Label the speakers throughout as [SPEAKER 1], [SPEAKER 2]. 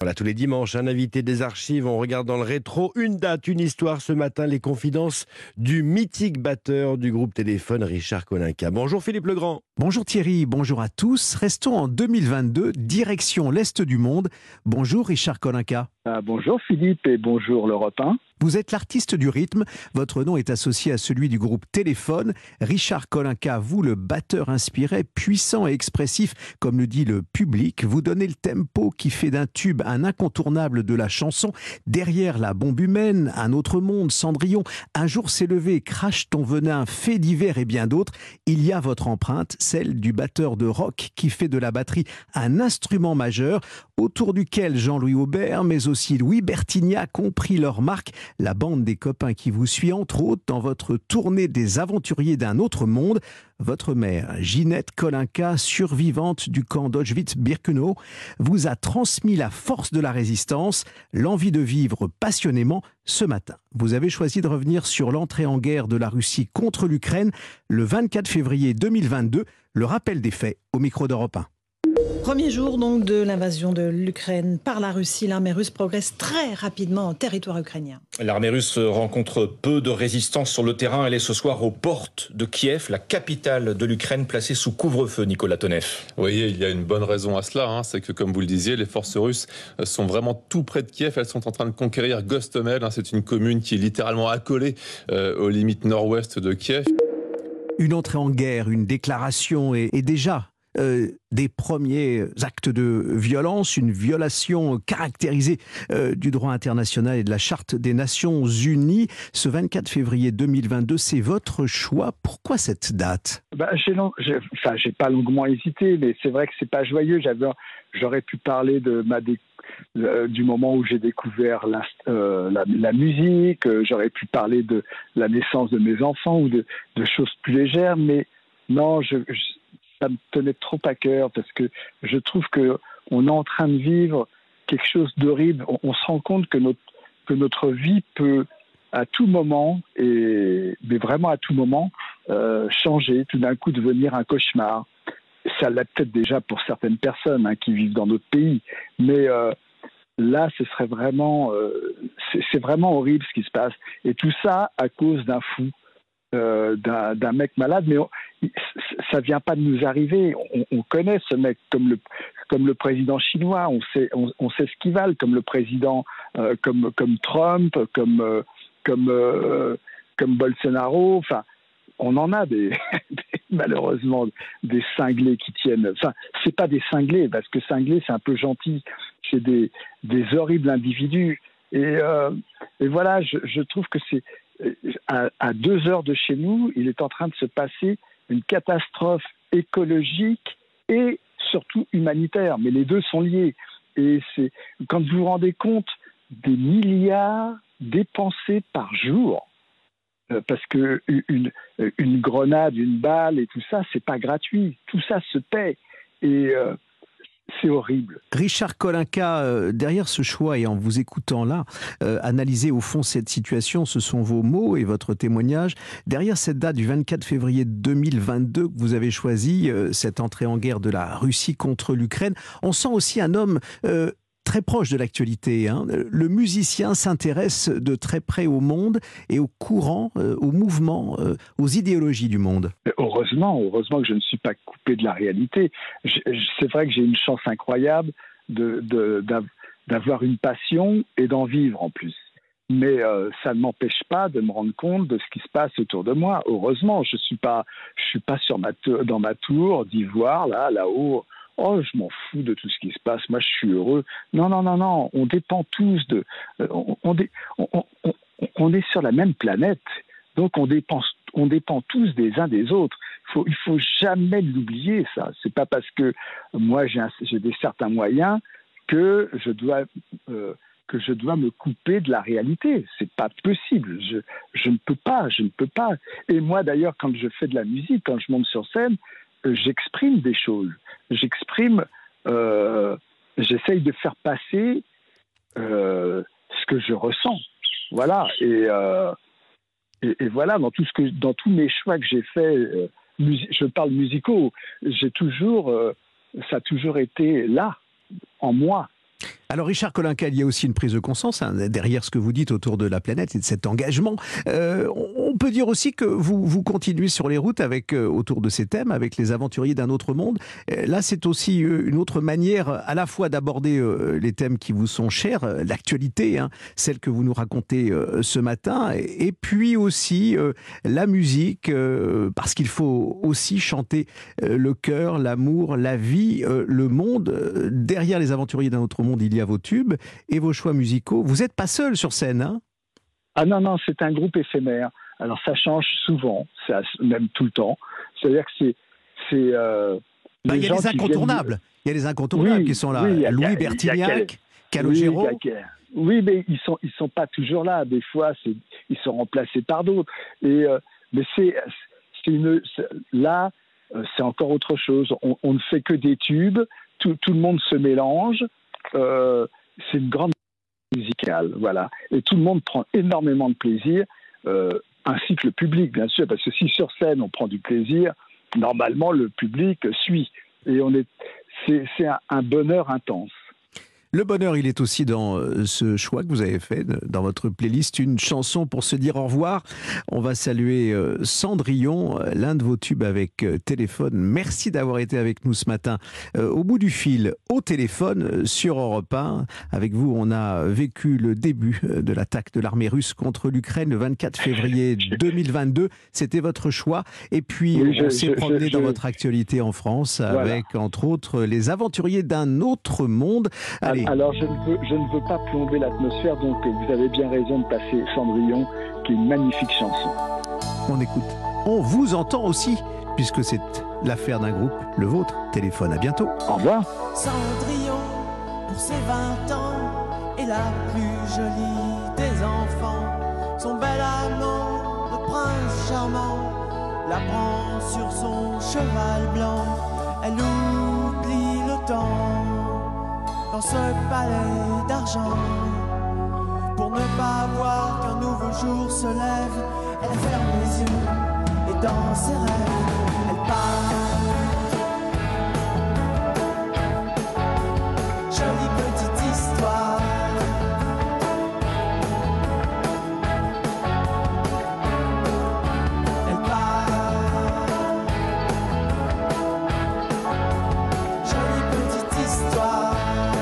[SPEAKER 1] Voilà, tous les dimanches, un invité des archives, on regarde dans le rétro, une date, une histoire. Ce matin, les confidences du mythique batteur du groupe Téléphone, Richard Kolinka. Bonjour Philippe Legrand.
[SPEAKER 2] Bonjour Thierry, bonjour à tous. Restons en 2022, direction l'Est du monde. Bonjour Richard Kolinka.
[SPEAKER 3] Bonjour Philippe et bonjour l'Europe 1.
[SPEAKER 2] Vous êtes l'artiste du rythme, votre nom est associé à celui du groupe Téléphone. Richard Kolinka, vous le batteur inspiré, puissant et expressif, comme le dit le public, vous donnez le tempo qui fait d'un tube un incontournable de la chanson. Derrière la bombe humaine, Un autre monde, Cendrillon, Un jour s'est levé, Crache ton venin, Fait divers et bien d'autres, il y a votre empreinte, celle du batteur de rock qui fait de la batterie un instrument majeur, autour duquel Jean-Louis Aubert, mais aussi Louis Bertignac ont pris leur marque. La bande des copains qui vous suit, entre autres, dans votre tournée des aventuriers d'un autre monde. Votre mère, Ginette Kolinka, survivante du camp d'Auschwitz-Birkenau, vous a transmis la force de la résistance, l'envie de vivre passionnément ce matin. Vous avez choisi de revenir sur l'entrée en guerre de la Russie contre l'Ukraine le 24 février 2022. Le rappel des faits au micro d'Europe 1.
[SPEAKER 4] Premier jour donc de l'invasion de l'Ukraine par la Russie. L'armée russe progresse très rapidement en territoire ukrainien.
[SPEAKER 5] L'armée russe rencontre peu de résistance sur le terrain. Elle est ce soir aux portes de Kiev, la capitale de l'Ukraine, placée sous couvre-feu, Nicolas Tonev.
[SPEAKER 6] Oui, il y a une bonne raison à cela. C'est que, comme vous le disiez, les forces russes sont vraiment tout près de Kiev. Elles sont en train de conquérir Gostomel. C'est une commune qui est littéralement accolée aux limites nord-ouest de Kiev.
[SPEAKER 2] Une entrée en guerre, une déclaration et déjà des premiers actes de violence, une violation caractérisée du droit international et de la Charte des Nations Unies. Ce 24 février 2022, c'est votre choix. Pourquoi cette date ?
[SPEAKER 3] J'ai pas longuement hésité, mais c'est vrai que c'est pas joyeux. J'aurais pu parler du moment où j'ai découvert la musique, j'aurais pu parler de la naissance de mes enfants ou de choses plus légères, mais non, ça me tenait trop à cœur parce que je trouve qu'on est en train de vivre quelque chose d'horrible. On se rend compte que notre vie peut à tout moment, mais vraiment à tout moment, changer, tout d'un coup devenir un cauchemar. Ça l'est peut-être déjà pour certaines personnes qui vivent dans notre pays, mais là, ce serait vraiment, c'est vraiment horrible ce qui se passe. Et tout ça à cause d'un fou. D'un mec malade, mais ça vient pas de nous arriver. On connaît ce mec comme le président chinois. On sait ce qu'ils valent, comme le président, comme Trump, comme Bolsonaro. Enfin, on en a malheureusement des cinglés qui tiennent. Enfin, c'est pas des cinglés parce que cinglés c'est un peu gentil. C'est des horribles individus. Et voilà, je trouve que c'est à 2 heures de chez nous, il est en train de se passer une catastrophe écologique et surtout humanitaire. Mais les deux sont liés. Et c'est quand vous vous rendez compte des milliards dépensés par jour, parce que une grenade, une balle et tout ça, c'est pas gratuit. Tout ça se paie. Et c'est horrible.
[SPEAKER 2] Richard Kolinka, derrière ce choix et en vous écoutant là, analyser au fond cette situation, ce sont vos mots et votre témoignage. Derrière cette date du 24 février 2022 que vous avez choisi, cette entrée en guerre de la Russie contre l'Ukraine, on sent aussi un homme très proche de l'actualité. Le musicien s'intéresse de très près au monde et aux courants, aux mouvements, aux idéologies du monde.
[SPEAKER 3] Heureusement que je ne suis pas coupé de la réalité. C'est vrai que j'ai une chance incroyable d'avoir une passion et d'en vivre en plus. Mais ça ne m'empêche pas de me rendre compte de ce qui se passe autour de moi. Heureusement, je suis pas dans ma tour d'ivoire là-haut. Oh, je m'en fous de tout ce qui se passe. Moi, je suis heureux. Non. On dépend tous on est sur la même planète. Donc, on dépend tous des uns des autres. Il faut jamais l'oublier, ça. C'est pas parce que moi, j'ai certains moyens que je dois me couper de la réalité. C'est pas possible. Je ne peux pas. Et moi, d'ailleurs, quand je fais de la musique, quand je monte sur scène, j'exprime des choses. J'essaye de faire passer ce que je ressens. Voilà. Et voilà, dans tous mes choix que j'ai faits, je parle musicaux, ça a toujours été là, en moi.
[SPEAKER 2] Alors Richard Kolinka, il y a aussi une prise de conscience derrière ce que vous dites autour de la planète et de cet engagement. On peut dire aussi que vous continuez sur les routes autour de ces thèmes, avec les aventuriers d'un autre monde. Là, c'est aussi une autre manière à la fois d'aborder les thèmes qui vous sont chers, l'actualité, celle que vous nous racontez ce matin, et puis aussi la musique, parce qu'il faut aussi chanter le cœur, l'amour, la vie, le monde. Derrière les aventuriers d'un autre monde, il y a vos tubes et vos choix musicaux. Vous n'êtes pas seul sur scène, hein?
[SPEAKER 3] Ah non, c'est un groupe éphémère. Alors ça change souvent, même tout le temps. C'est-à-dire que c'est
[SPEAKER 2] il y a les incontournables. Il y a les incontournables qui sont là. Louis Bertignac, Calogero.
[SPEAKER 3] Oui, mais ils sont pas toujours là. Des fois, ils sont remplacés par d'autres. Mais là, c'est encore autre chose. On ne fait que des tubes. Tout le monde se mélange. C'est une grande musicale, voilà. Et tout le monde prend énormément de plaisir, ainsi que le public, bien sûr, parce que si sur scène on prend du plaisir, normalement le public suit. Et c'est un bonheur intense.
[SPEAKER 2] Le bonheur, il est aussi dans ce choix que vous avez fait, dans votre playlist, une chanson pour se dire au revoir. On va saluer Cendrillon, l'un de vos tubes avec téléphone. Merci d'avoir été avec nous ce matin. Au bout du fil, au téléphone, sur Europe 1. Avec vous, on a vécu le début de l'attaque de l'armée russe contre l'Ukraine le 24 février 2022. C'était votre choix. Et puis, on s'est promené dans votre actualité en France, avec, entre autres, les aventuriers d'un autre monde. Allez.
[SPEAKER 3] Alors, je ne veux pas plomber l'atmosphère, donc vous avez bien raison de passer Cendrillon, qui est une magnifique chanson.
[SPEAKER 2] On écoute. On vous entend aussi, puisque c'est l'affaire d'un groupe, le vôtre. Téléphone, à bientôt.
[SPEAKER 3] Au revoir.
[SPEAKER 7] Cendrillon, pour ses 20 ans, est la plus jolie des enfants. Son bel amant, le prince charmant, la prend sur son cheval blanc. Elle oublie le temps dans ce palais d'argent. Pour ne pas voir qu'un nouveau jour se lève, elle ferme les yeux et dans ses rêves, elle part. Jolie petite histoire. Elle part. Jolie petite histoire.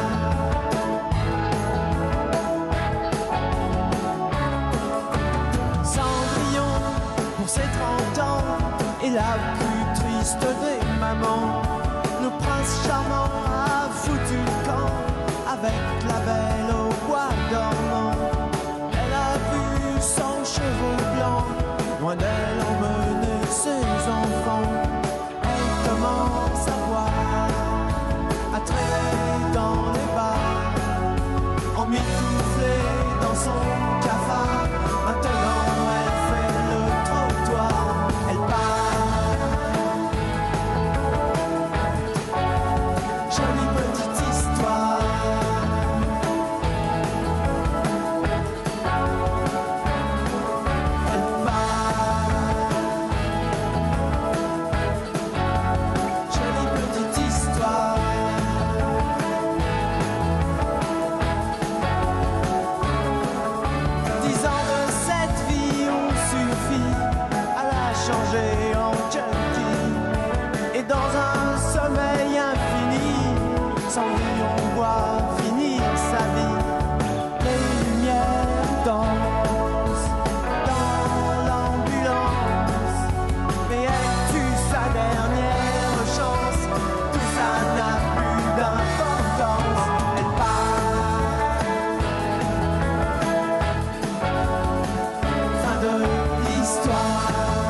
[SPEAKER 7] Ses 30 ans est la plus triste des mamans. Le prince charmant a foutu le camp avec la belle au bois dormant. Elle a vu son cheveu blanc loin d'elle emmener ses enfants. Elle commence à voir, à traîner dans les bars, emmitouflée dans son cafard. Maintenant elle part. Jolie petite histoire. Elle part. Jolie petite histoire. 10 ans de cette vie ont suffi à la changer en junkie. Et dans un sommeil infini, Cendrillon voit finir sa vie. Les lumières dansent dans l'ambulance, mais elle tue sa dernière chance. Tout ça n'a plus d'importance. Elle part. Fin de l'histoire.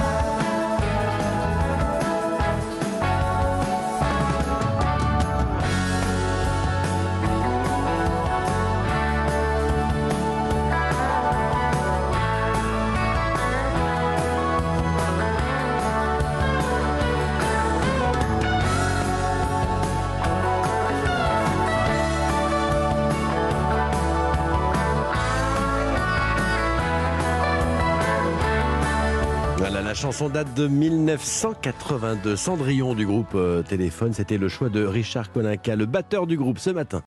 [SPEAKER 1] Voilà, la chanson date de 1982. Cendrillon du groupe Téléphone, c'était le choix de Richard Kolinka, le batteur du groupe ce matin.